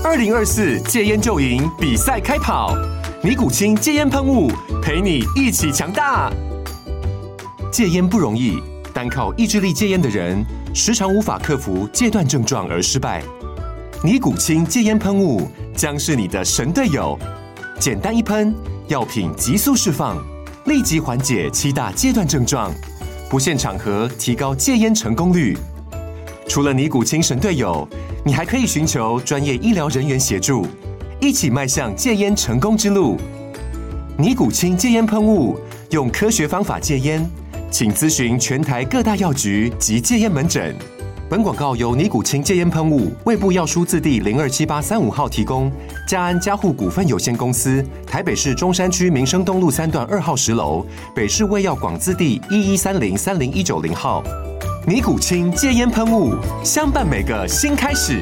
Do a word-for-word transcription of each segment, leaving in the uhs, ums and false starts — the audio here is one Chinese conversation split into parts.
二零二四戒烟就赢比赛开跑，尼古清戒烟喷雾陪你一起强大。戒烟不容易，单靠意志力戒烟的人，时常无法克服戒断症状而失败。尼古清戒烟喷雾将是你的神队友，简单一喷，药品急速释放，立即缓解七大戒断症状，不限场合提高戒烟成功率。除了尼古清神队友，你还可以寻求专业医疗人员协助，一起迈向戒烟成功之路。尼古清戒烟喷雾，用科学方法戒烟，请咨询全台各大药局及戒烟门诊。本广告由尼古清戒烟喷雾、卫部药书字第零二七八三五号提供，嘉安嘉护股份有限公司，台北市中山区民生东路三段二号十楼，北市卫药广字第一一三零三零一九零号。尼古清戒烟喷雾，相伴每个新开始。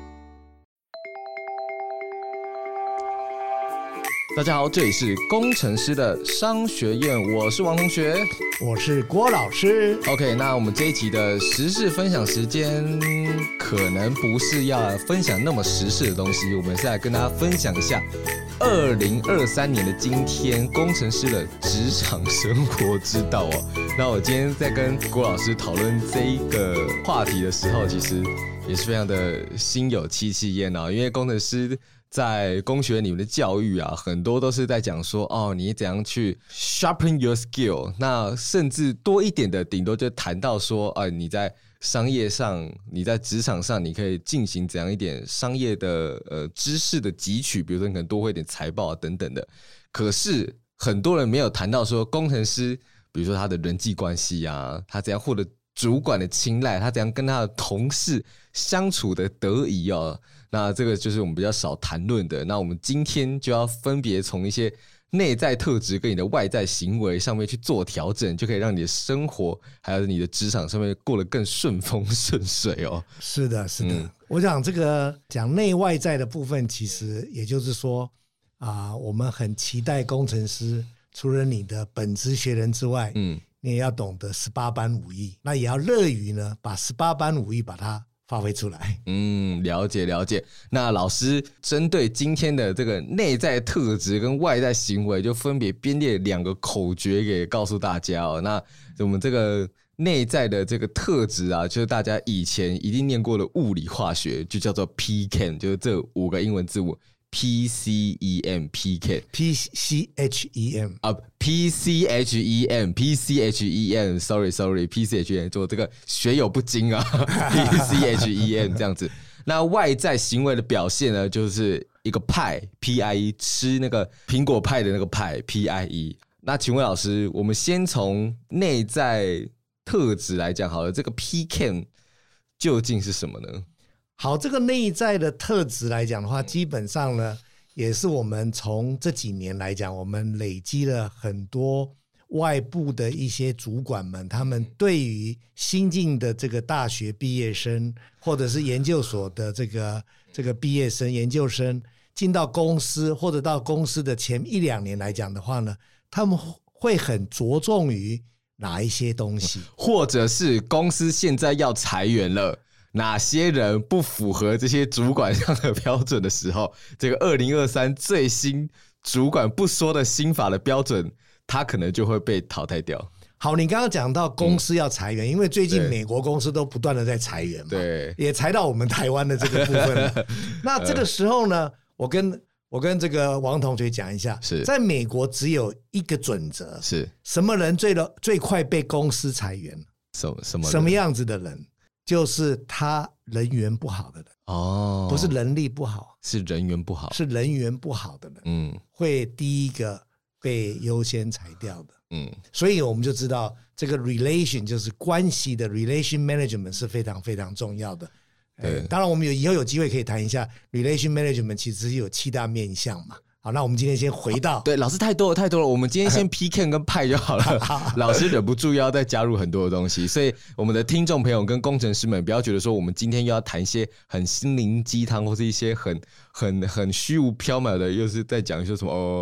大家好，这里是工程师的商学院，我是王同学， 我是郭老师。 OK， 那我们这一集的时事分享时间可能不是要分享那么时事的东西，我们是来跟大家分享一下二零二三年的今天工程师的职场生活之道哦。那我今天在跟郭老师讨论这一个话题的时候，其实也是非常的心有戚戚焉哦，因为工程师在工学里面的教育啊，很多都是在讲说哦，你怎样去 sharpen your skill， 那甚至多一点的，顶多就谈到说，啊，你在商业上，你在职场上，你可以进行怎样一点商业的呃知识的汲取，比如说你可能多会一点财报啊等等的。可是很多人没有谈到说，工程师，比如说他的人际关系啊，他怎样获得主管的青睐，他怎样跟他的同事相处的得宜哦。那这个就是我们比较少谈论的。那我们今天就要分别从一些内在特质跟你的外在行为上面去做调整，就可以让你的生活还有你的职场上面过得更顺风顺水哦。 是的，是的。嗯、我想这个讲内外在的部分，其实也就是说啊、呃，我们很期待工程师除了你的本职学人之外，嗯，你也要懂得十八般武艺，那也要乐于呢把十八般武艺把它发挥出来。 嗯，了解了解。那老师针对今天的这个内在特质跟外在行为，就分别编列两个口诀给告诉大家哦。那我们这个内在的这个特质啊，就是大家以前一定念过的物理化学，就叫做 P C H E M， 就是这五个英文字母。P C E M P C P C H E M 啊 P C H E M P C H E M Sorry Sorry P C H E M 做这个学有不精啊P C H E M 这样子。那外在行为的表现呢，就是一个派 P I E 吃那个苹果派的那个派 P I E。 那请问老师，我们先从内在特质来讲好了，这个 P C H E M 究竟是什么呢？ 好，这个内在的特质来讲的话，基本上呢，也是我们从这几年来讲，我们累积了很多外部的一些主管们，他们对于新进的这个大学毕业生，或者是研究所的这个这个毕业生、研究生进到公司，或者到公司的前一两年来讲的话呢，他们会很着重于哪一些东西， 或者是公司现在要裁员了，哪些人不符合这些主管上的标准的时候，这个二零二三最新主管不说的新法的标准，他可能就会被淘汰掉。 好，你刚刚讲到公司要裁员、嗯、因为最近美国公司都不断的在裁员嘛， 对， 也裁到我们台湾的这个部分了那这个时候呢，我跟我跟这个王同学讲一下， 是在美国只有一个准则， 是什么人最最快被公司裁员？ 什么什么什么样子的人？就是他人缘不好的人哦，不是能力不好， 是人缘不好， 是人缘不好的人，嗯，会第一个被优先裁掉的，嗯，所以我们就知道这个 relation 就是关系的 relation management 是非常非常重要的。对，当然我们有以后有机会可以谈一下 relation management， 其实有七大面向嘛。好，那我们今天先回到对老师太多了太多了，我们今天先 P C H E M 跟派就好了老师忍不住要再加入很多的东西，所以我们的听众朋友跟工程师们不要觉得说我们今天又要谈一些很心灵鸡汤或是一些很很很虚无缥缈的，又是在讲一些什么哦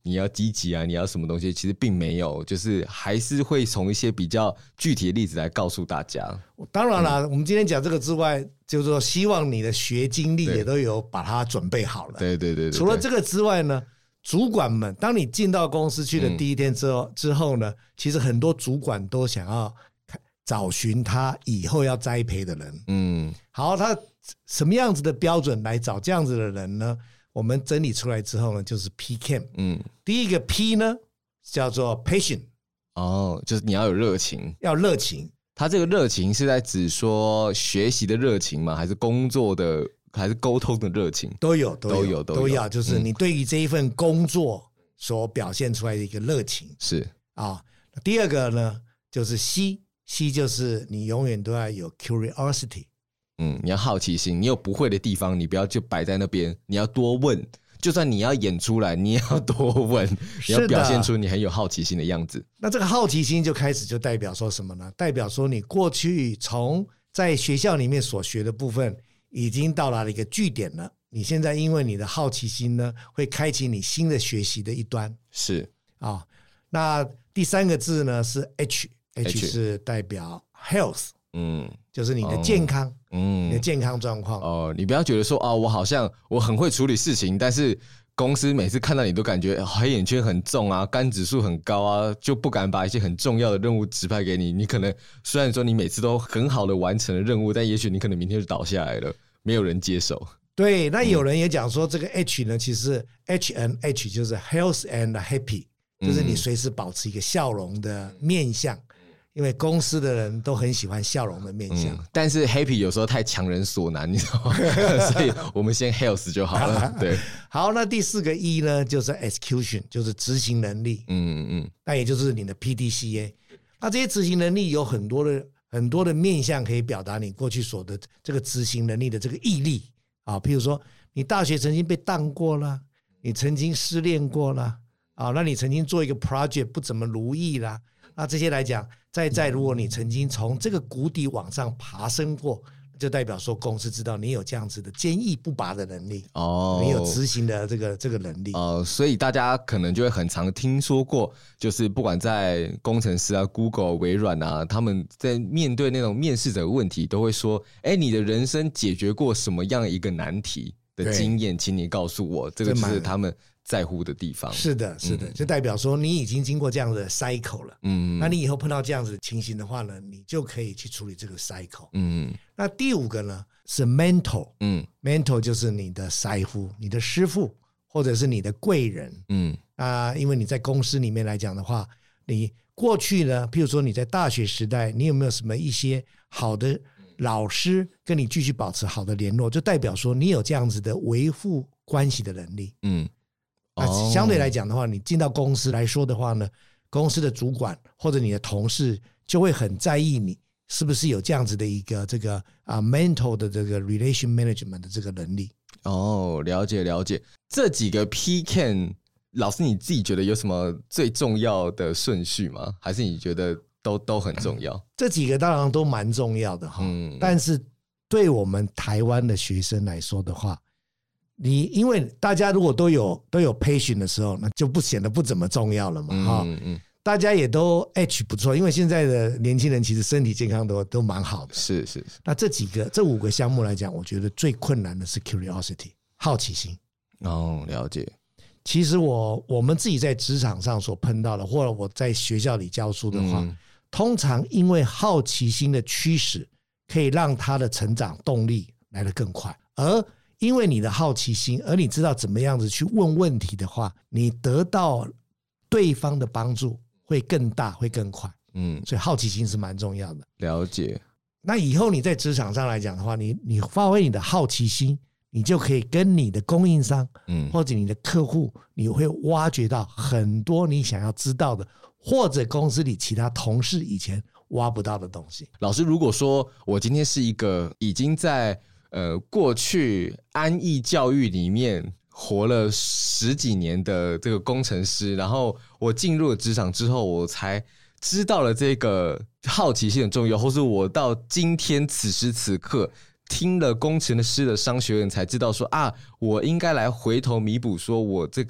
你要积极啊，你要什么东西，其实并没有，就是还是会从一些比较具体的例子来告诉大家。 当然啦、嗯、我们今天讲这个之外，就是说希望你的学经历也都有把它准备好了。 对对 对, 对, 对, 对。 除了这个之外呢，主管们，当你进到公司去的第一天之后、嗯、之后呢，其实很多主管都想要找寻他以后要栽培的人。嗯，好，他什么样子的标准来找这样子的人呢？我们整理出来之后呢，就是 P C A M。嗯，第一个 P 呢叫做 Passion。 哦，就是你要有热情， 要热情。 他这个热情是在指说学习的热情吗？还是工作的，还是沟通的热情？ 都有，都有， 都有，都有。 都要，就是你对于这一份工作所表现出来的一个热情。 是啊，第二个呢就是 C，C 就是你永远都要有 curiosity。 嗯，你要好奇心，你有不会的地方，你不要就摆在那边，你要多问。就算你要演出来，你也要多问，你要表现出你很有好奇心的样子。 那这个好奇心就开始就代表说什么呢？代表说你过去从在学校里面所学的部分已经到达了一个据点了。你现在因为你的好奇心呢，会开启你新的学习的一端。 是啊、 哦，那第三个字呢是 H，H 是代表 health。嗯，就是你的健康，嗯，你的健康状况。 哦，你不要觉得说，哦，我好像我很会处理事情，但是公司每次看到你都感觉黑眼圈很重啊，肝指数很高啊，就不敢把一些很重要的任务指派给你。你可能虽然说你每次都很好的完成了任务，但也许你可能明天就倒下来了，没有人接手。 对，那有人也讲说，这个 H 呢，其实 H and H 就是 health and happy， 就是你随时保持一个笑容的面向。因为公司的人都很喜欢笑容的面向、嗯、 但是 happy 有时候太强人所难，你知道吗？所以我们先 health 就好了。对， 好，那第四个 E 呢，就是 execution， 就是执行能力。嗯嗯，那也就是你的 P D C A。那这些执行能力有很多的很多的面向可以表达你过去所的这个执行能力的这个毅力啊，譬如说你大学曾经被当过了，你曾经失恋过了啊，那你曾经做一个 project 不怎么如意啦。那这些来讲，再再如果你曾经从这个谷底往上爬升过，就代表说公司知道你有这样子的坚毅不拔的能力哦，你有执行的这个这个能力哦、呃，所以大家可能就会很常听说过，就是不管在工程师啊、Google、微软啊，他们在面对那种面试者的问题，都会说：“哎，你的人生解决过什么样一个难题的经验，请你告诉我。”这个就是他们在乎的地方。 是的，是的，嗯、就代表说你已经经过这样的 cycle 了。嗯，那你以后碰到这样子的情形的话呢，你就可以去处理这个 cycle。嗯，那第五个呢是 mentor。嗯 ，mentor 就是你的师傅、你的师傅或者是你的贵人。嗯，啊，因为你在公司里面来讲的话，你过去呢，譬如说你在大学时代，你有没有什么一些好的老师跟你继续保持好的联络，就代表说你有这样子的维护关系的能力。嗯。那相对来讲的话，你进到公司来说的话呢，公司的主管或者你的同事就会很在意你是不是有这样子的一个这个啊 mental 的这个 relation management 的这个能力。 哦，了解了解。这几个 P C A M 老师你自己觉得有什么最重要的顺序吗？还是你觉得都都很重要？ 这几个当然都蛮重要的哈、嗯，但是对我们台湾的学生来说的话，你因为大家如果都有都有 passion 的时候，那就不显得不怎么重要了嘛，哈、嗯嗯，大家也都 H 不错，因为现在的年轻人其实身体健康都都蛮好的， 是是是。 那这几个这五个项目来讲，我觉得最困难的是 curiosity 好奇心。 哦，了解。 其实我我们自己在职场上所碰到的，或者我在学校里教书的话，嗯、通常因为好奇心的驱使，可以让他的成长动力来得更快，而因为你的好奇心，而你知道怎么样子去问问题的话，你得到对方的帮助会更大，会更快。嗯，所以好奇心是蛮重要的。 了解。 那以后你在职场上来讲的话，你你发挥你的好奇心，你就可以跟你的供应商，嗯，或者你的客户，你会挖掘到很多你想要知道的，或者公司里其他同事以前挖不到的东西。 老师，如果说我今天是一个已经在呃，过去安逸教育里面活了十几年的这个工程师，然后我进入了职场之后，我才知道了这个好奇心的重要，或是我到今天此时此刻听了工程师的商学院才知道说啊，我应该来回头弥补说我这个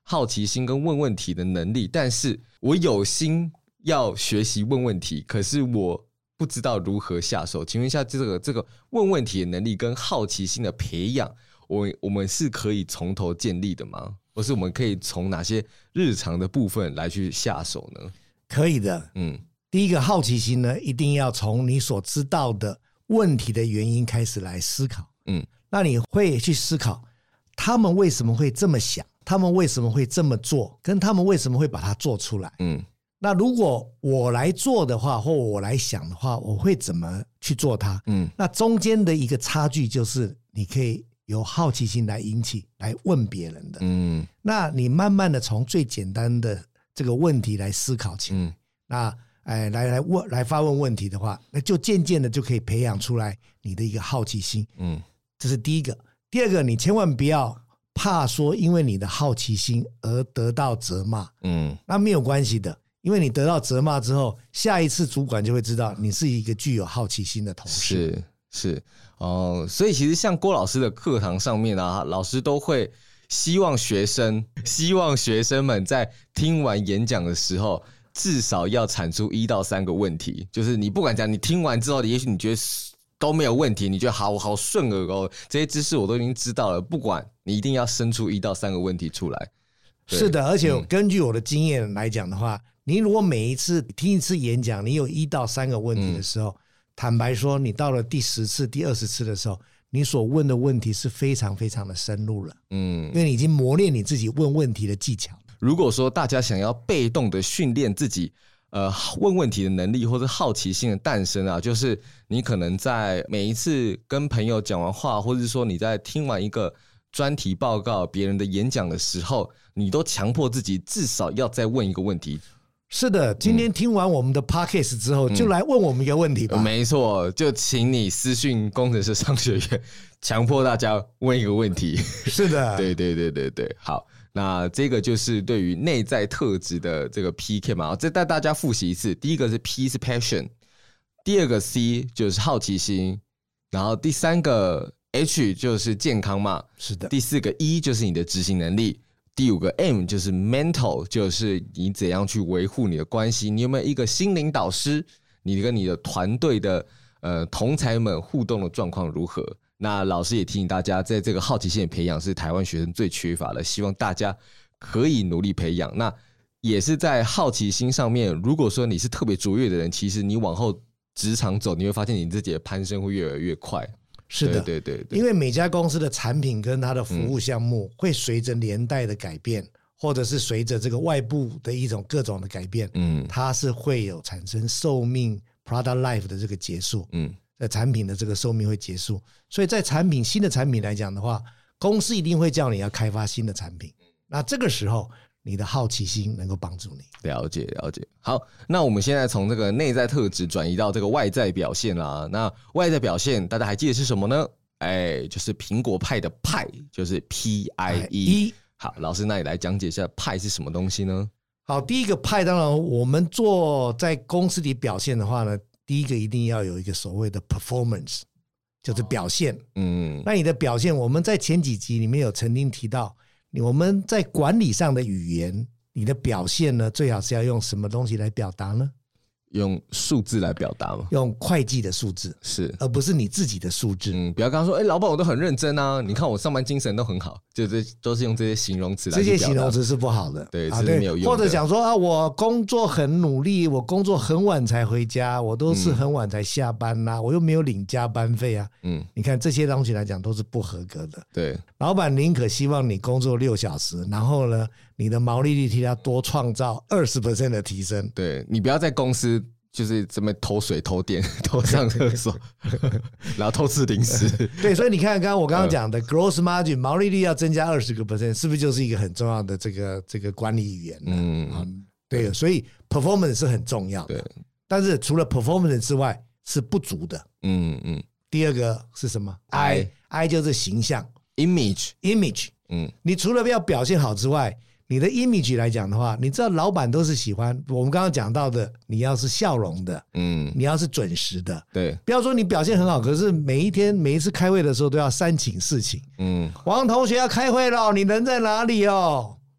好奇心跟问问题的能力，但是我有心要学习问问题，可是我不知道如何下手。请问一下，这个这个问问题的能力跟好奇心的培养，我我们是可以从头建立的吗？或是我们可以从哪些日常的部分来去下手呢？ 可以的，嗯，第一个好奇心呢，一定要从你所知道的问题的原因开始来思考，嗯，那你会去思考他们为什么会这么想，他们为什么会这么做，跟他们为什么会把它做出来，嗯，那如果我来做的话，或我来想的话，我会怎么去做它，嗯，那中间的一个差距就是你可以由好奇心来引起，来问别人的，嗯，那你慢慢的从最简单的这个问题来思考起来，嗯，那哎来来问来发问问题的话，那就渐渐的就可以培养出来你的一个好奇心，嗯，这是第一个。第二个，你千万不要怕说因为你的好奇心而得到责骂，嗯，那没有关系的，因为你得到责骂之后，下一次主管就会知道你是一个具有好奇心的同事， 是。是哦，所以其实像郭老师的课堂上面啊，老师都会希望学生，希望学生们在听完演讲的时候，至少要产出一到三个问题。就是你不管讲，你听完之后，也许你觉得都没有问题，你觉得好好顺耳哦，这些知识我都已经知道了。不管你一定要生出一到三个问题出来。 是的，而且根据我的经验来讲的话，嗯，你如果每一次听一次演讲，你有一到三个问题的时候，嗯，坦白说，你到了第十次、第二十次的时候，你所问的问题是非常非常的深入了，嗯，因为你已经磨练你自己问问题的技巧。 如果说大家想要被动的训练自己，呃，问问题的能力或者好奇心的诞生啊，就是你可能在每一次跟朋友讲完话，或者是说你在听完一个专题报告、别人的演讲的时候，你都强迫自己至少要再问一个问题。 是的，今天听完我们的 podcast 之后，嗯，就来问我们一个问题吧。 没错，就请你私讯工程师商学院，强迫大家问一个问题。 是的， 对对对对对，好，那这个就是对于内在特质的这个 P K 嘛，再带大家复习一次。第一个是 P 是 passion， 第二个 C 就是好奇心，然后第三个 H 就是健康嘛， 是的， 第四个 E 就是你的执行能力。第五个 M 就是 mental， 就是你怎样去维护你的关系，你有没有一个心灵导师，你跟你的团队的呃同才们互动的状况如何。那老师也提醒大家，在这个好奇心的培养是台湾学生最缺乏的，希望大家可以努力培养。那也是在好奇心上面，如果说你是特别卓越的人，其实你往后职场走，你会发现你自己的攀升会越来越快。 是的， 对对 对, 对， 因为每家公司的产品跟它的服务项目会随着年代的改变，嗯，或者是随着这个外部的一种各种的改变，嗯，它是会有产生寿命 product life 的这个结束，嗯，在产品的这个寿命会结束，所以在产品新的产品来讲的话，公司一定会叫你要开发新的产品，那这个时候你的好奇心能够帮助你。 了解了解。好，那我们现在从这个内在特质转移到这个外在表现啦。那外在表现大家还记得是什么呢？哎，就是苹果派的派，就是 P I E。好，老师，那你来讲解一下派是什么东西呢？ 好，第一个派，当然我们做在公司里表现的话呢，第一个一定要有一个所谓的 performance， 就是表现。嗯，那你的表现，我们在前几集里面有曾经提到，我们在管理上的语言，你的表现呢，最好是要用什么东西来表达呢？ 用数字来表达吗？ 用会计的数字， 是，而不是你自己的数字。 嗯，不要刚刚说，哎、欸，老板我都很认真啊，你看我上班精神都很好，就这都是用这些形容词来去表达。 这些形容词是不好的， 对，这是没有用的。 或者讲说啊，我工作很努力，我工作很晚才回家，我都是很晚才下班呐、啊嗯，我又没有领加班费啊。嗯，你看这些东西来讲都是不合格的。 对， 老板宁可希望你工作六小时，然后呢，你的毛利率替他多创造二十 percent 的提升。 对，你不要在公司。就是这么偷水、偷电、偷上厕所，然后偷吃零食。 对，所以你看，刚刚我刚刚讲的 gross margin 毛利率要增加二十个 percent， 是不是就是一个很重要的这个这个管理语言呢？嗯，嗯对，所以 performance 是很重要的。对，但是除了 performance 之外是不足的。嗯嗯。第二个是什么 ？I I 就是形象 ，image image。嗯，你除了要表现好之外。你的 image 来讲的话，你知道老板都是喜欢我们刚刚讲到的，你要是笑容的，嗯，你要是准时的， 对， 不要说你表现很好，可是每一天每一次开会的时候都要三请四请，嗯，王同学要开会了，你人在哪里哦？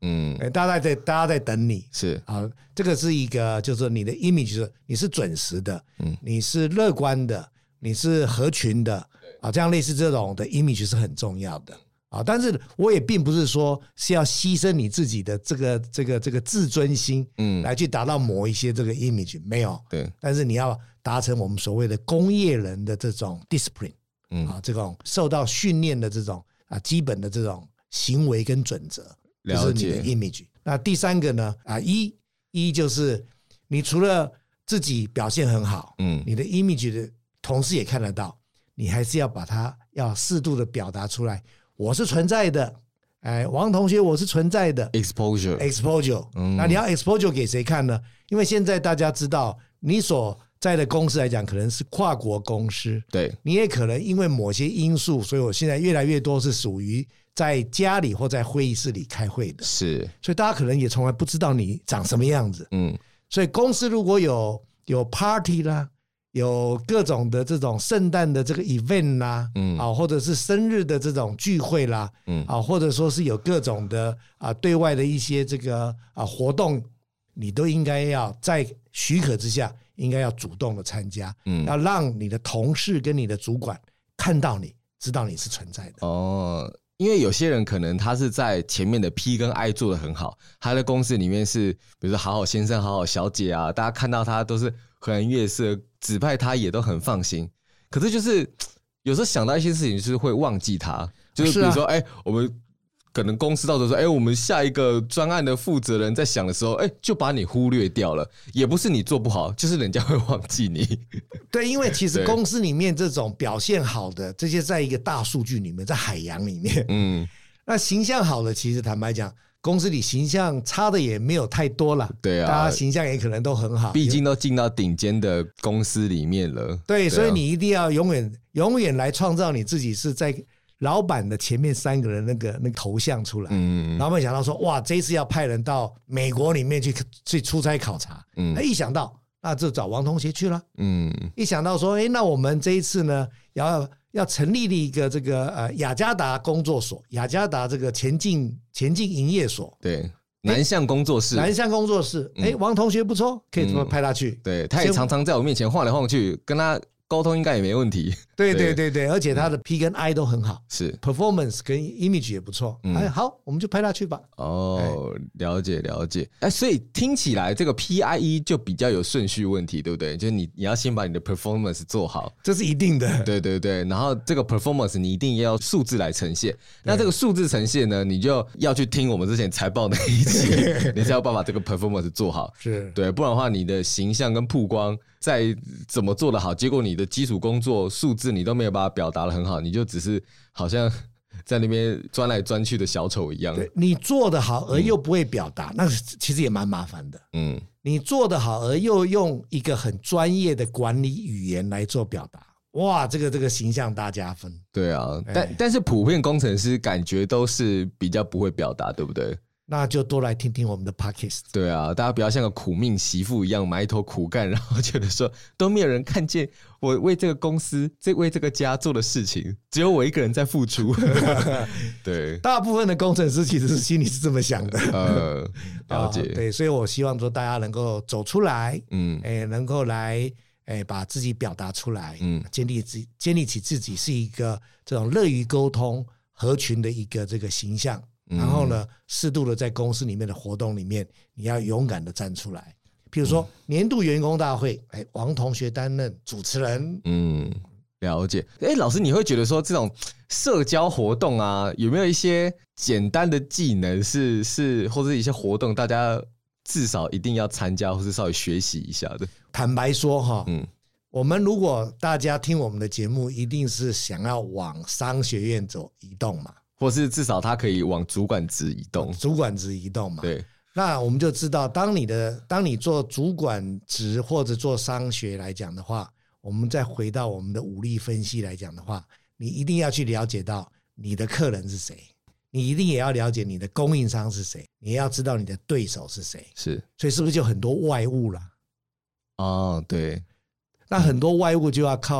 嗯， 大家在大家在等你， 是啊，这个是一个就是你的 image 是你是准时的，嗯，你是乐观的，你是合群的啊，这样类似这种的 image 是很重要的啊。但是我也并不是说是要牺牲你自己的这个这个这个自尊心，嗯，来去达到某一些这个 image 没有， 对， 但是你要达成我们所谓的工业人的这种 discipline，嗯啊，这种受到训练的这种啊基本的这种行为跟准则。就是你的 image。那第三个呢？啊，一一就是你除了自己表现很好，嗯，你的 image 的同事也看得到，你还是要把它要适度的表达出来。我是存在的，哎，王同学，我是存在的 exposure exposure、嗯。那你要 exposure 给谁看呢？因为现在大家知道，你所在的公司来讲，可能是跨国公司， 对， 你也可能因为某些因素，所以我现在越来越多是属于在家里或在会议室里开会的， 是， 所以大家可能也从来不知道你长什么样子，嗯，所以公司如果有有 party 啦，有各种的这种圣诞的这个 event 啦，嗯，啊，或者是生日的这种聚会啦，嗯，啊，或者说是有各种的啊对外的一些这个啊活动，你都应该要在许可之下，应该要主动的参加，嗯，要让你的同事跟你的主管看到你，知道你是存在的， 哦。因为有些人可能他是在前面的 P 跟 I 做得很好，他在公司里面是比如说好好先生好好小姐啊，大家看到他都是和颜悦色，指派他也都很放心。可是就是有时候想到一些事情就是会忘记他，就是比如说哎、啊欸，我们可能公司到时候说哎、欸，我们下一个专案的负责人在想的时候哎、欸，就把你忽略掉了，也不是你做不好，就是人家会忘记你。 对，因为其实公司里面这种表现好的这些在一个大数据里面，在海洋里面，嗯，那形象好的其实坦白讲公司里形象差的也没有太多了， 对啊， 大家形象也可能都很好， 毕竟都进到顶尖的公司里面了。 对，所以你一定要永远永远来创造你自己是在老板的前面三个人那个那个头像出来，嗯，老板想到说哇，这一次要派人到美国里面去去出差考察，嗯，一想到那就找王同学去了，嗯，一想到说，哎，那我们这一次呢，要要成立了一个这个呃雅加达工作所，雅加达这个前进前进营业所， 对，南向工作室， 南向工作室，哎、嗯，王同学不错，可以怎么派他去？ 嗯、对，他也常常在我面前晃来晃去，跟他沟通应该也没问题。 对对对对，而且他的 P 跟 I 都很好， 是 performance 跟 image 也不错。嗯、哎，好，我们就派他去吧。 哦，了解了解。哎，所以听起来这个 P I E 就比较有顺序问题，对不对？就是你你要先把你的 performance 做好， 这是一定的。 对对对，然后这个 performance 你一定要数字来呈现。那这个数字呈现呢，你就要去听我们之前财报那一集，你才要办法这个 performance 做好。 是对，不然的话，你的形象跟曝光再怎么做得好，结果你的基础工作数字你都没有把它表达得很好，你就只是好像在那边钻来钻去的小丑一样。 对，你做得好而又不会表达，嗯、那其实也蛮麻烦的。嗯，你做得好而又用一个很专业的管理语言来做表达，哇，这个这个形象大加分。 对啊，但但是普遍工程师感觉都是比较不会表达，对不对？ 那就多来听听我们的 podcast。 对啊，大家不要像个苦命媳妇一样埋头苦干，然后觉得说都没有人看见我为这个公司、为这个家做的事情，只有我一个人在付出。对， 大部分的工程师其实是心里是这么想的。 呃，了解。 对，所以我希望说大家能够走出来，嗯，哎，能够来，哎，把自己表达出来，嗯，建立自建立起自己是一个这种乐于沟通、合群的一个这个形象。然后呢，适度的在公司里面的活动里面，你要勇敢的站出来。譬如说年度员工大会，哎，王同学担任主持人。 嗯，了解。哎，老师，你会觉得说这种社交活动啊，有没有一些简单的技能是是，或者一些活动，大家至少一定要参加，或是稍微学习一下的？ 坦白说哈，嗯，我们如果大家听我们的节目，一定是想要往商学院走移动嘛。 或是至少他可以往主管职移动， 主管职移动嘛。 对， 那我们就知道，当你的当你做主管职或者做商学来讲的话，我们再回到我们的武力分析来讲的话，你一定要去了解到你的客人是谁，你一定也要了解你的供应商是谁，你也要知道你的对手是谁。 是， 所以是不是就很多外物了？ 哦，对， 那很多外物就要靠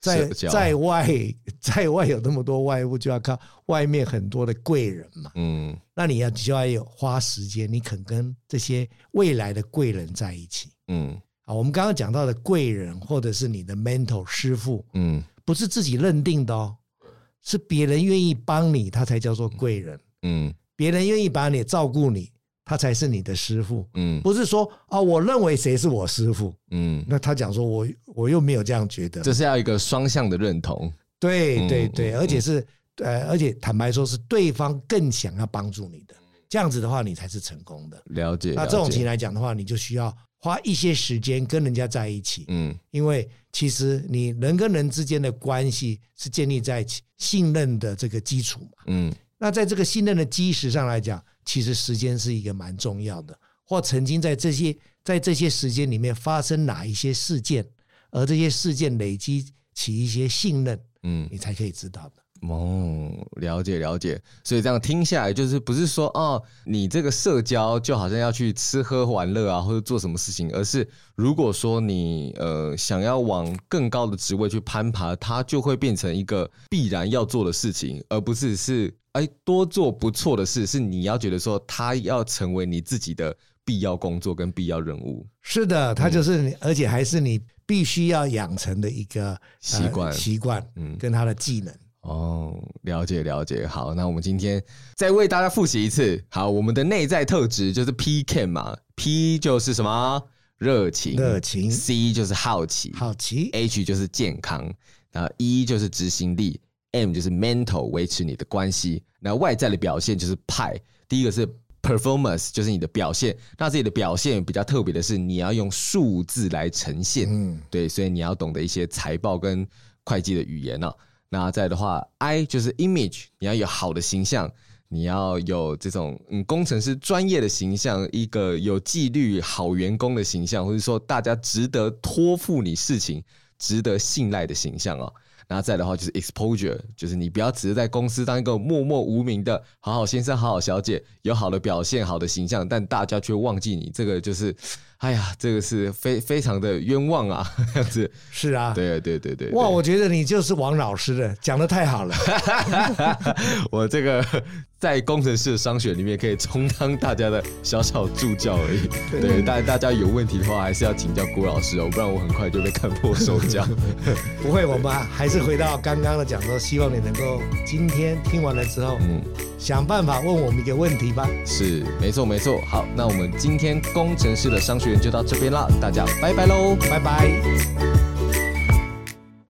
在在外在外有那么多外物，就要靠外面很多的贵人嘛。嗯，那你要就要有花时间，你肯跟这些未来的贵人在一起。嗯，啊，我们刚刚讲到的贵人或者是你的 mentor 师傅，嗯，不是自己认定的哦，是别人愿意帮你，他才叫做贵人。嗯，别人愿意把你照顾你，他才是你的师傅。嗯，不是说啊，我认为谁是我师傅。嗯，那他讲说我我又没有这样觉得， 这是要一个双向的认同。 对对对，嗯、而且是呃，而且坦白说，是对方更想要帮助你的，这样子的话，你才是成功的。 了解。 那这种情形来讲的话，你就需要花一些时间跟人家在一起。嗯，因为其实你人跟人之间的关系是建立在信任的这个基础嘛。嗯，那在这个信任的基石上来讲，其实时间是一个蛮重要的，或曾经在这些在这些时间里面发生哪一些事件，而这些事件累积起一些信任。嗯，你才可以知道的。 哦，了解了解。所以这样听下来，就是不是说哦，你这个社交就好像要去吃喝玩乐啊，或者做什么事情，而是如果说你呃想要往更高的职位去攀爬，它就会变成一个必然要做的事情，而不是是哎多做不错的事，是你要觉得说它要成为你自己的必要工作跟必要任务。 是的，它就是你、嗯、而且还是你必须要养成的一个习惯习惯，嗯，跟他的技能。 哦，了解了解。好，那我们今天再为大家复习一次。好，我们的内在特质就是 P C A M 嘛 ，P 就是什么？热情， 热情。 C 就是好奇， 好奇。 H 就是健康，那 E 就是执行力 ，M 就是 mental 维持你的关系。那外在的表现就是派，第一个是performance 就是你的表现，那这里的表现比较特别的是你要用数字来呈现，嗯，对，所以你要懂得一些财报跟会计的语言哦。那再的话 I 就是 image， 你要有好的形象，你要有这种嗯工程师专业的形象，一个有纪律好员工的形象，或者说大家值得托付你事情值得信赖的形象哦。然后再的话就是 exposure， 就是你不要只是在公司当一个默默无名的好好先生好好小姐，有好的表现好的形象，但大家却忘记你，这个就是哎呀，这个是非非常的冤枉啊，这样子。 是啊， 对对对 对, 对。 哇，我觉得你就是王老师的，讲得太好了。 我这个在工程师的商学里面可以充当大家的小小助教而已。对，对，但大家有问题的话，还是要请教郭老师哦，不然我很快就被看破手脚。 不会，我们还是回到刚刚的讲说，希望你能够今天听完了之后，嗯，想办法问我们一个问题吧。 是，没错没错。好，那我们今天工程师的商学院就到这边啦，大家拜拜喽， 拜拜。